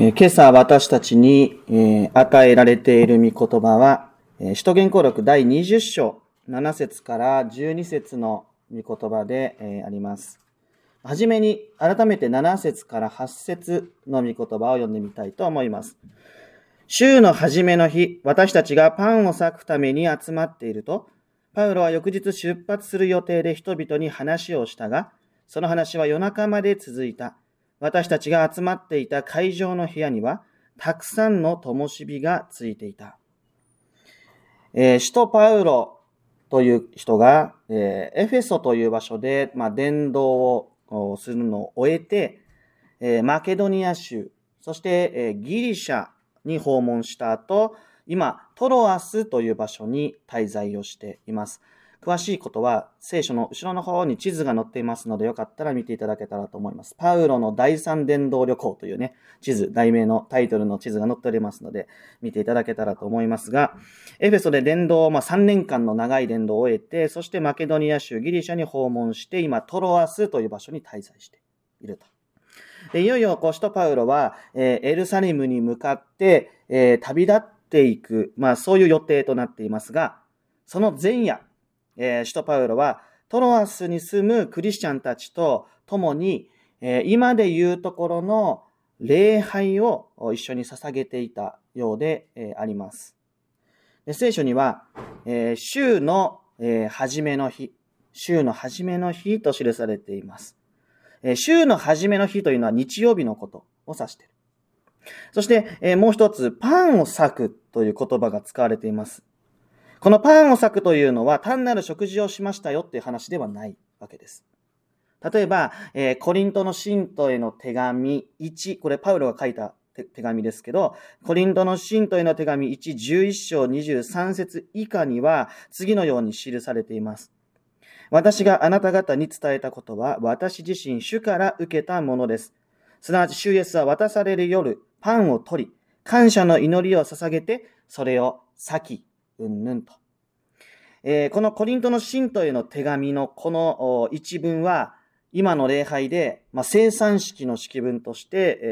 今朝私たちに、与えられている御言葉は、使徒言行録第20章7節から12節の御言葉で、あります。はじめに改めて7節から8節の御言葉を読んでみたいと思います。週の初めの日、私たちがパンを裂くために集まっていると、パウロは翌日出発する予定で人々に話をしたが、その話は夜中まで続いた。私たちが集まっていた会場の部屋には、たくさんの灯火がついていた。使徒パウロという人が、エフェソという場所で、伝道をするのを終えて、マケドニア州、そして、ギリシャに訪問した後、今、トロアスという場所に滞在をしています。詳しいことは聖書の後ろの方に地図が載っていますので、よかったら見ていただけたらと思います。パウロの第三伝道旅行というね、地図、題名のタイトルの地図が載っておりますので、見ていただけたらと思いますが、エフェソで伝道、3年間の長い伝道を終えて、そしてマケドニア州ギリシャに訪問して、今トロアスという場所に滞在していると。でいよいよ使徒パウロは、エルサレムに向かって、旅立っていく、そういう予定となっていますが、その前夜、使徒パウロはトロアスに住むクリスチャンたちと共に、今でいうところの礼拝を一緒に捧げていたようで、あります。で聖書には、週の、初めの日、週の初めの日と記されています。週の初めの日というのは日曜日のことを指している。そして、もう一つ、パンを裂くという言葉が使われています。このパンを裂くというのは単なる食事をしましたよっていう話ではないわけです。例えば、コリントの信徒への手紙1、これパウロが書いた手紙ですけど、コリントの信徒への手紙1、11章23節以下には次のように記されています。私があなた方に伝えたことは私自身主から受けたものです。すなわち主イエスは渡される夜、パンを取り、感謝の祈りを捧げて、それを裂き、うんぬんと。このコリントの信徒への手紙のこの一文は、今の礼拝で、聖餐式の式文として、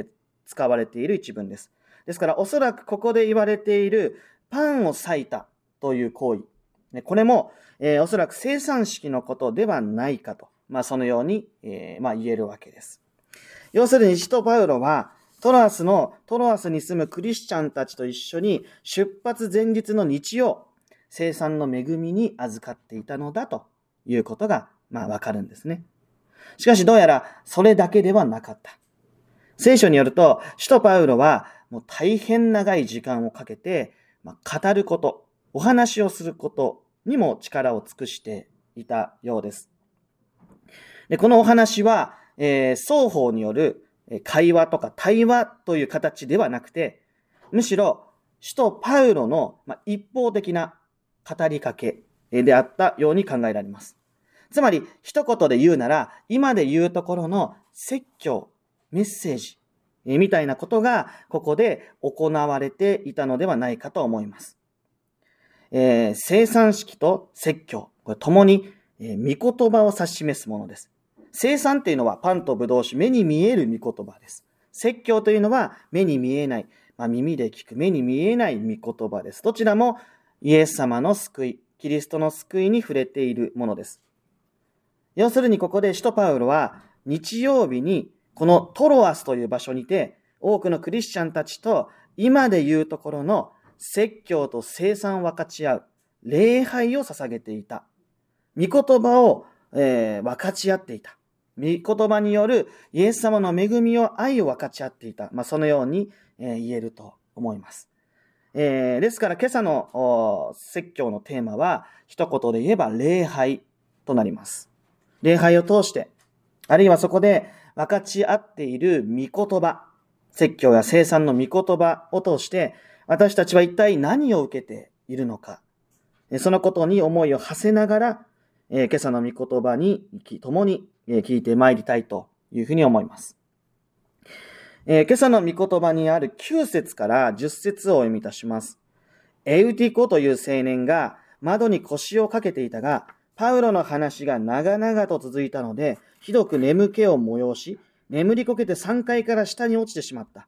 使われている一文です。ですから、おそらくここで言われているパンを裂いたという行為。これも、おそらく聖餐式のことではないかと、そのように、言えるわけです。要するに、使徒パウロは、トロアスに住むクリスチャンたちと一緒に出発前日の日曜、聖餐の恵みに預かっていたのだということが、わかるんですね。しかしどうやらそれだけではなかった。聖書によると、使徒パウロはもう大変長い時間をかけて、語ること、お話をすることにも力を尽くしていたようです。でこのお話は、双方による会話とか対話という形ではなくて、むしろ使徒パウロの一方的な語りかけであったように考えられます。つまり一言で言うなら、今で言うところの説教、メッセージみたいなことがここで行われていたのではないかと思います。聖餐式と説教、これともに御言葉を指し示すものです。聖餐っていうのはパンとブドウ酒、目に見える御言葉です。説教というのは目に見えない、耳で聞く、目に見えない御言葉です。どちらもイエス様の救い、キリストの救いに触れているものです。要するにここで使徒パウロは日曜日にこのトロアスという場所にて多くのクリスチャンたちと今で言うところの説教と聖餐を分かち合う礼拝を捧げていた。御言葉を、分かち合っていた。御言葉によるイエス様の恵みを愛を分かち合っていた。そのように、言えると思います。ですから今朝の説教のテーマは一言で言えば礼拝となります。礼拝を通して、あるいはそこで分かち合っている御言葉、説教や聖餐の御言葉を通して、私たちは一体何を受けているのか、そのことに思いを馳せながら、今朝の御言葉に共に聞いてまいりたいというふうに思います。今朝の御言葉にある9節から10節をお読みいたします。エウティコという青年が窓に腰をかけていたが、パウロの話が長々と続いたので、ひどく眠気を催し、眠りこけて3階から下に落ちてしまった。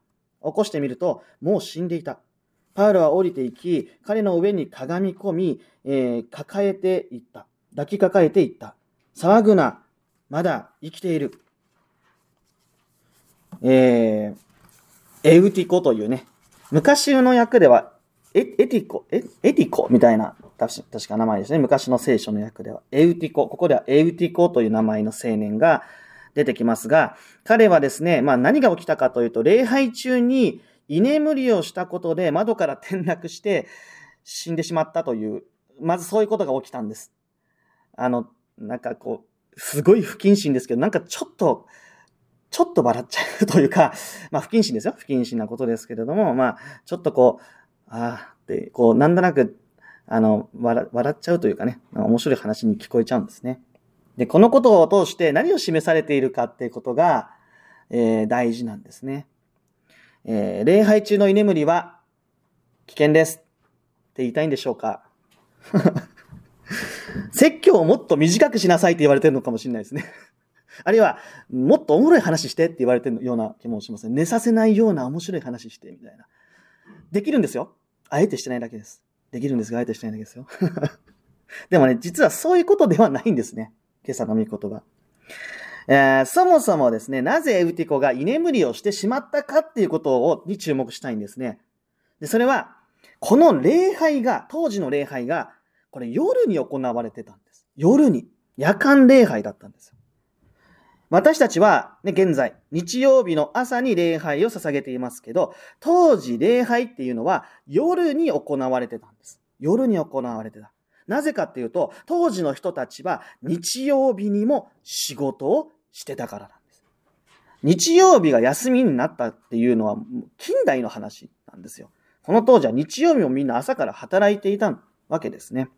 こしてみると、もう死んでいた。パウロは降りていき、彼の上にかがみ込み、抱えていった。抱きかかえていった。騒ぐな。まだ生きている。エウティコというね、昔の訳ではエティコみたいな、確か名前ですね。昔の聖書の訳では。エウティコ。ここではエウティコという名前の青年が出てきますが、彼はですね、何が起きたかというと、礼拝中に居眠りをしたことで窓から転落して死んでしまったという、まずそういうことが起きたんです。すごい不謹慎ですけど、ちょっと笑っちゃうというか、不謹慎ですよ。不謹慎なことですけれども、ちょっとなんとなく、笑っちゃうというかね、面白い話に聞こえちゃうんですね。で、このことを通して何を示されているかっていうことが、大事なんですね。礼拝中の居眠りは危険ですって言いたいんでしょうか。説教をもっと短くしなさいって言われてるのかもしれないですね。あるいは、もっとおもろい話してって言われてるような気もしますね。寝させないような面白い話してみたいな。できるんですよ。あえてしてないだけです。できるんですが、あえてしてないだけですよ。でもね、実はそういうことではないんですね。今朝の御言葉。そもそもですね、なぜエウティコが居眠りをしてしまったかっていうことに注目したいんですね。で、それは、この当時の礼拝が、これ夜に行われてたんです。夜に。夜間礼拝だったんですよ。私たちは、ね、現在、日曜日の朝に礼拝を捧げていますけど、当時礼拝っていうのは夜に行われてたんです。夜に行われてた。なぜかっていうと、当時の人たちは日曜日にも仕事をしてたからなんです。日曜日が休みになったっていうのは近代の話なんですよ。この当時は日曜日もみんな朝から働いていたわけですね。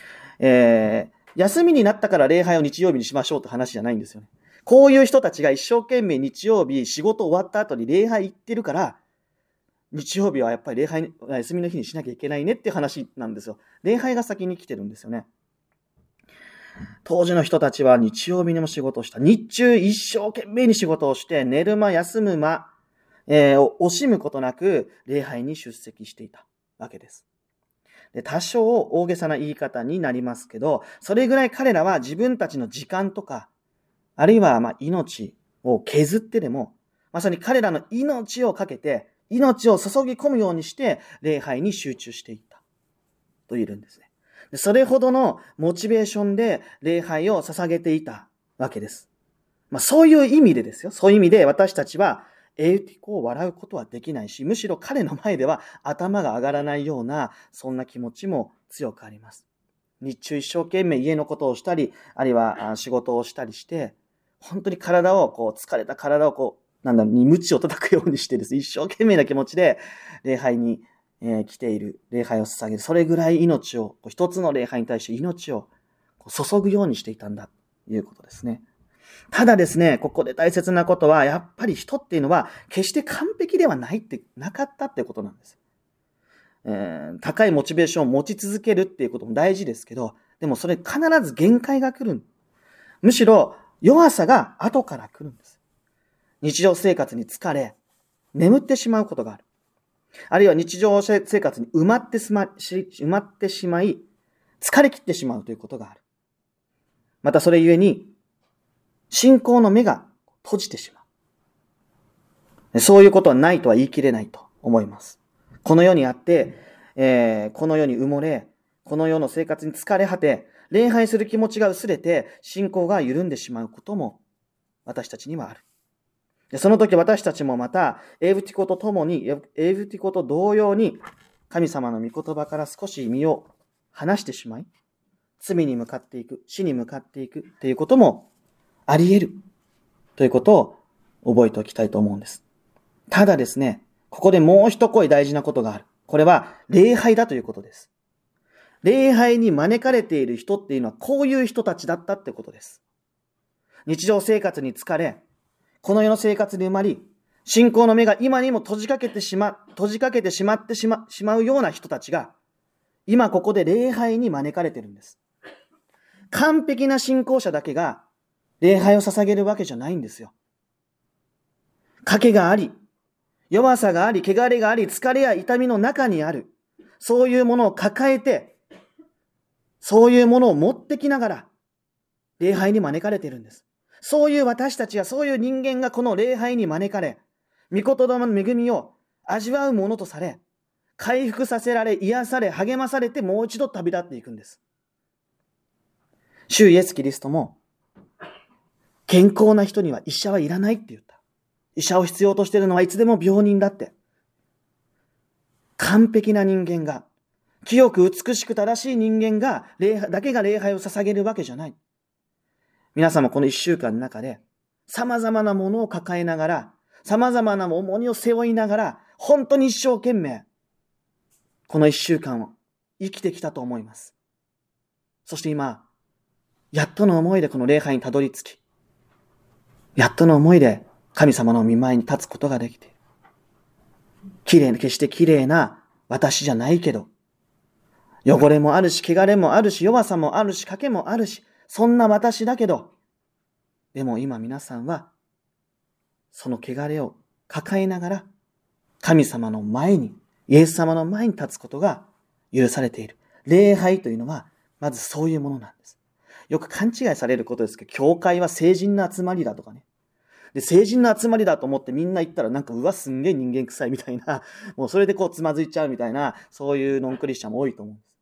休みになったから礼拝を日曜日にしましょうって話じゃないんですよね。こういう人たちが一生懸命日曜日仕事終わった後に礼拝行ってるから、日曜日はやっぱり礼拝休みの日にしなきゃいけないねっていう話なんですよ。礼拝が先に来てるんですよね。当時の人たちは日曜日にも仕事をした。日中一生懸命に仕事をして、寝る間休む間、惜しむことなく礼拝に出席していたわけです。で、多少大げさな言い方になりますけど、それぐらい彼らは自分たちの時間とか、あるいは命を削ってでも、まさに彼らの命をかけて、命を注ぎ込むようにして礼拝に集中していったと言えるんですね。で、それほどのモチベーションで礼拝を捧げていたわけです。そういう意味でですよ。そういう意味で私たちはエウティコを笑うことはできないし、むしろ彼の前では頭が上がらないような、そんな気持ちも強くあります。日中一生懸命家のことをしたり、あるいは仕事をしたりして、本当に疲れた体をに鞭を叩くようにしてです。一生懸命な気持ちで礼拝に来ている、礼拝を捧げる。それぐらい命を、一つの礼拝に対して命を注ぐようにしていたんだということですね。ただですね、ここで大切なことは、やっぱり人っていうのは決して完璧ではなかったってことなんです。高いモチベーションを持ち続けるっていうことも大事ですけど、でもそれ必ず限界が来る。むしろ弱さが後から来るんです。日常生活に疲れ、眠ってしまうことがある。あるいは日常生活に埋まってしまい、疲れ切ってしまうということがある。またそれゆえに、信仰の目が閉じてしまう。そういうことはないとは言い切れないと思います。この世にあって、この世に埋もれ、この世の生活に疲れ果て、礼拝する気持ちが薄れて、信仰が緩んでしまうことも私たちにはある。でその時私たちもまた、エウティコと同様に、神様の御言葉から少し身を離してしまい、罪に向かっていく、死に向かっていくということもあり得るということを覚えておきたいと思うんです。ただですね、ここでもう一声大事なことがある。これは礼拝だということです。礼拝に招かれている人っていうのはこういう人たちだったってことです。日常生活に疲れ、この世の生活に埋まり、信仰の目が今にも閉じかけてしまうような人たちが、今ここで礼拝に招かれているんです。完璧な信仰者だけが礼拝を捧げるわけじゃないんですよ。賭けがあり、 弱さがあり、汚れがあり、疲れや痛みの中にある。そういうものを抱えて、そういうものを持ってきながら、礼拝に招かれているんです。そういう私たちが、そういう人間がこの礼拝に招かれ、御言葉の恵みを味わうものとされ、回復させられ、癒され、励まされて、もう一度旅立っていくんです。主イエス・キリストも、健康な人には医者はいらないって言った。医者を必要としているのはいつでも病人だって。完璧な人間が、清く美しく正しい人間が、だけが礼拝を捧げるわけじゃない。皆さんもこの一週間の中で、様々なものを抱えながら、様々な重荷を背負いながら、本当に一生懸命、この一週間を生きてきたと思います。そして今、やっとの思いでこの礼拝にたどり着き、やっとの思いで神様の御前に立つことができている。決して綺麗な私じゃないけど、汚れもあるし、汚れもあるし、弱さもあるし、賭けもあるし、そんな私だけど、でも今皆さんは、その汚れを抱えながら、神様の前に、イエス様の前に立つことが許されている。礼拝というのは、まずそういうものなんです。よく勘違いされることですけど、教会は聖人の集まりだとかね。で、聖人の集まりだと思ってみんな行ったらなんか、うわ、すんげえ人間臭いみたいな、もうそれでこうつまずいちゃうみたいな、そういうノンクリスチャンも多いと思うんです。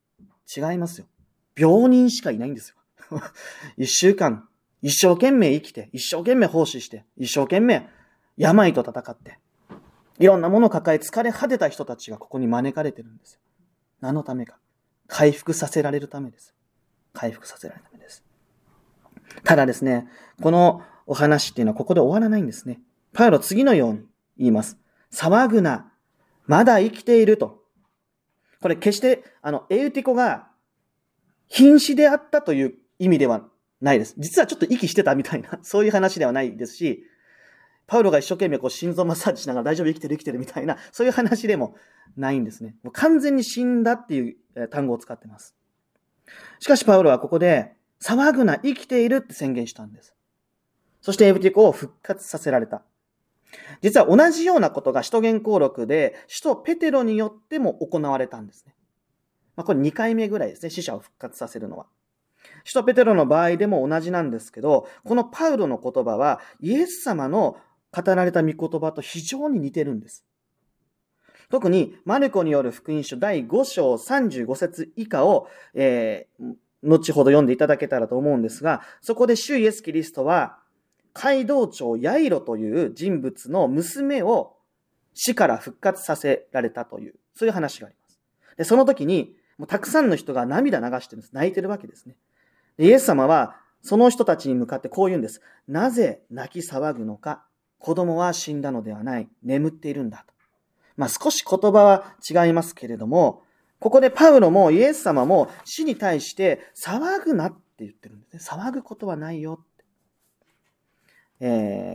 違いますよ。病人しかいないんですよ。一週間、一生懸命生きて、一生懸命奉仕して、一生懸命病と戦って、いろんなものを抱え疲れ果てた人たちがここに招かれてるんですよ。何のためか。回復させられるためです。回復させられるためです。ただですね、このお話っていうのはここで終わらないんですね。パウロ次のように言います。騒ぐな、まだ生きていると。これ決してエウティコが瀕死であったという意味ではないです。実はちょっと息してたみたいな、そういう話ではないですし、パウロが一生懸命こう心臓マッサージしながら大丈夫生きてるみたいな、そういう話でもないんですね。もう完全に死んだっていう単語を使っています。しかしパウロはここで、騒ぐな、生きているって宣言したんです。そしてエウティコを復活させられた。実は同じようなことが使徒言行録で、使徒ペテロによっても行われたんですね。これ2回目ぐらいですね、死者を復活させるのは。使徒ペテロの場合でも同じなんですけど、このパウロの言葉はイエス様の語られた御言葉と非常に似てるんです。特にマルコによる福音書第5章35節以下を、後ほど読んでいただけたらと思うんですが、そこで主イエスキリストは街道長ヤイロという人物の娘を死から復活させられたという、そういう話があります。で、その時にもうたくさんの人が涙流してるんです。泣いてるわけですね。で、イエス様はその人たちに向かってこう言うんです。なぜ泣き騒ぐのか。子供は死んだのではない。眠っているんだと。少し言葉は違いますけれども、ここでパウロもイエス様も死に対して騒ぐなって言ってるんですね。騒ぐことはないよって。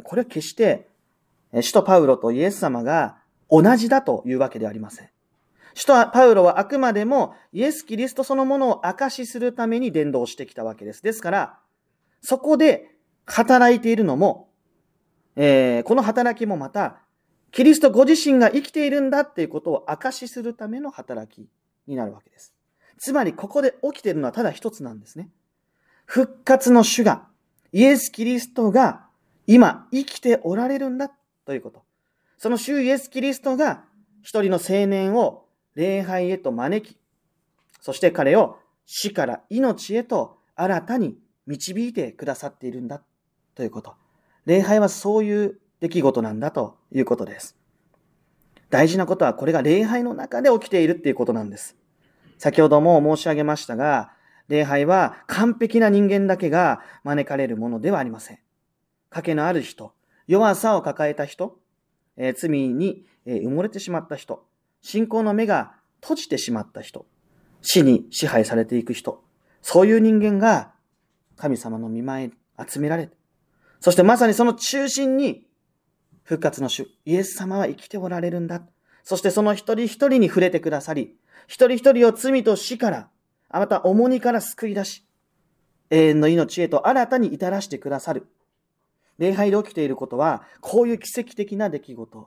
これは決して使徒パウロとイエス様が同じだというわけではありません。使徒パウロはあくまでもイエス・キリストそのものを証しするために伝道してきたわけです。ですから、そこで働いているのも、この働きもまた、キリストご自身が生きているんだっていうことを証しするための働きになるわけです。つまり、ここで起きているのはただ一つなんですね。復活の主が、イエス・キリストが今生きておられるんだということ。その主イエス・キリストが一人の青年を礼拝へと招き、そして彼を死から命へと新たに導いてくださっているんだということ。礼拝はそういう出来事なんだということです。大事なことはこれが礼拝の中で起きているっていうことなんです。先ほども申し上げましたが、礼拝は完璧な人間だけが招かれるものではありません。賭けのある人、弱さを抱えた人、罪に埋もれてしまった人、信仰の目が閉じてしまった人、死に支配されていく人、そういう人間が神様の御前に集められて、そしてまさにその中心に復活の主、イエス様は生きておられるんだ。そしてその一人一人に触れてくださり、一人一人を罪と死から、また重荷から救い出し、永遠の命へと新たに至らしてくださる。礼拝で起きていることは、こういう奇跡的な出来事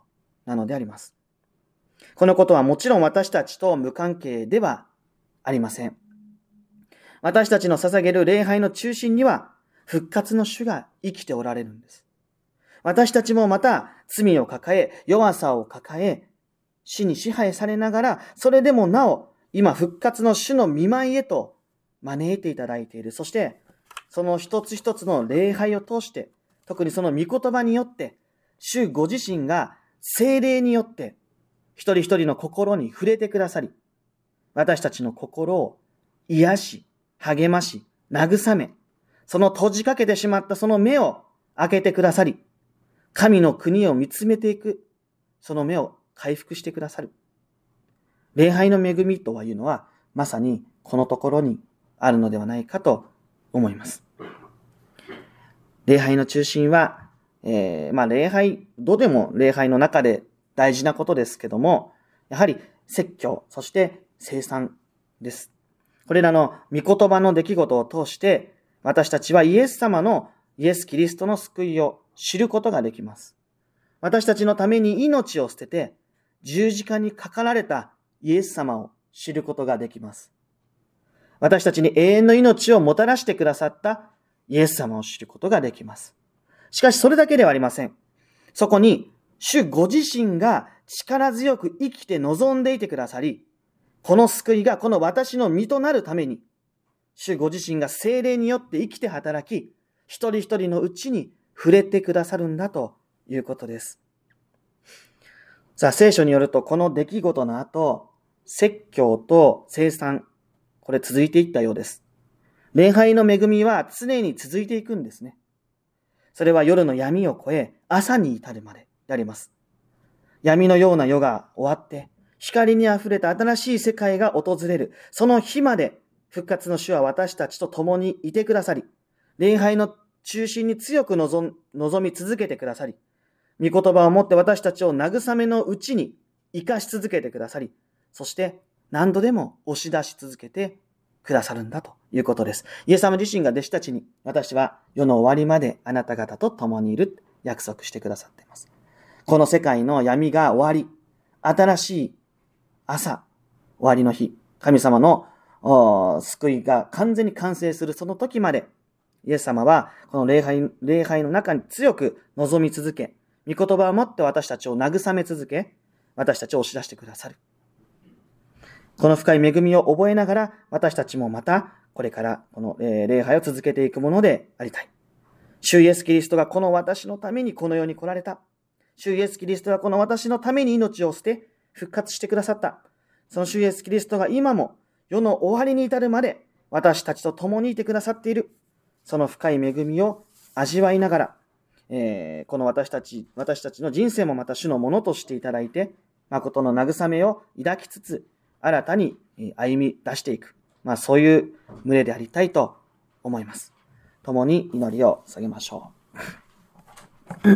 なのであります。このことはもちろん私たちと無関係ではありません。私たちの捧げる礼拝の中心には復活の主が生きておられるんです。私たちもまた罪を抱え、弱さを抱え、死に支配されながら、それでもなお、今復活の主の御前へと招いていただいている。そして、その一つ一つの礼拝を通して、特にその御言葉によって、主ご自身が聖霊によって、一人一人の心に触れてくださり、私たちの心を癒し、励まし、慰め、その閉じかけてしまったその目を開けてくださり、神の国を見つめていく、その目を回復してくださる。礼拝の恵みというのは、まさにこのところにあるのではないかと思います。礼拝の中心は、礼拝、どうでも礼拝の中で大事なことですけども、やはり説教、そして聖餐です。これらの御言葉の出来事を通して、私たちはイエスキリストの救いを知ることができます。私たちのために命を捨てて、十字架にかかられたイエス様を知ることができます。私たちに永遠の命をもたらしてくださったイエス様を知ることができます。しかしそれだけではありません。そこに主ご自身が力強く生きて望んでいてくださり、この救いがこの私の身となるために、主ご自身が聖霊によって生きて働き、一人一人のうちに触れてくださるんだということです。さあ、聖書によるとこの出来事の後、説教と聖餐、これ続いていったようです。礼拝の恵みは常に続いていくんですね。それは夜の闇を越え、朝に至るまでであります。闇のような夜が終わって、光にあふれた新しい世界が訪れる。その日まで復活の主は私たちと共にいてくださり、礼拝の中心に強く望み続けてくださり、御言葉をもって私たちを慰めのうちに生かし続けてくださり、そして何度でも押し出し続けてくださるんだということです。イエス様自身が弟子たちに、私は世の終わりまであなた方と共にいる約束してくださっています。この世界の闇が終わり、新しい朝、終わりの日、神様の救いが完全に完成するその時まで、イエス様はこの礼拝の中に強く望み続け、御言葉をもって私たちを慰め続け、私たちを押し出してくださる。この深い恵みを覚えながら、私たちもまたこれからこの礼拝を続けていくものでありたい。主イエスキリストがこの私のためにこの世に来られた。主イエスキリストがこの私のために命を捨て復活してくださった。その主イエスキリストが今も世の終わりに至るまで私たちと共にいてくださっている。その深い恵みを味わいながら、この私たちの人生もまた主のものとしていただいて、誠の慰めを抱きつつ、新たに歩み出していく。そういう群れでありたいと思います。共に祈りを捧げましょう。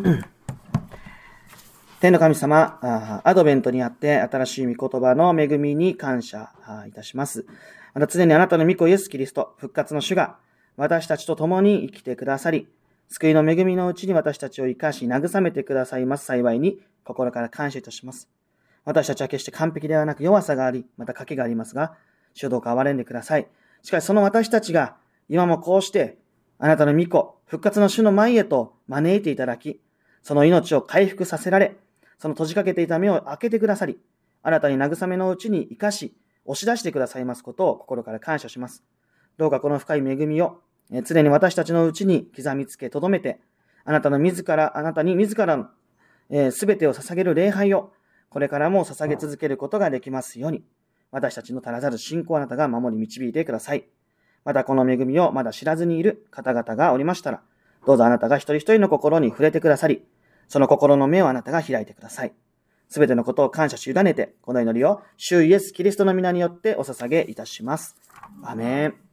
天の神様、アドベントにあって新しい御言葉の恵みに感謝いたします。また常にあなたの御子イエスキリスト、復活の主が私たちと共に生きてくださり、救いの恵みのうちに私たちを生かし慰めてくださいます幸いに心から感謝いたします。私たちは決して完璧ではなく弱さがあり、また賭けがありますが、主をどうか憐れんでください。しかしその私たちが今もこうしてあなたの御子、復活の主の前へと招いていただき、その命を回復させられ、その閉じかけていた目を開けてくださり、新たに慰めのうちに生かし、押し出してくださいますことを心から感謝します。どうかこの深い恵みを常に私たちのうちに刻みつけ、留めて、あなたに自らのすべてを捧げる礼拝をこれからも捧げ続けることができますように、私たちの足らざる信仰をあなたが守り導いてください。またこの恵みをまだ知らずにいる方々がおりましたら、どうぞあなたが一人一人の心に触れてくださり、その心の目をあなたが開いてください。すべてのことを感謝し委ねて、この祈りを主イエスキリストの皆によってお捧げいたします。アメン。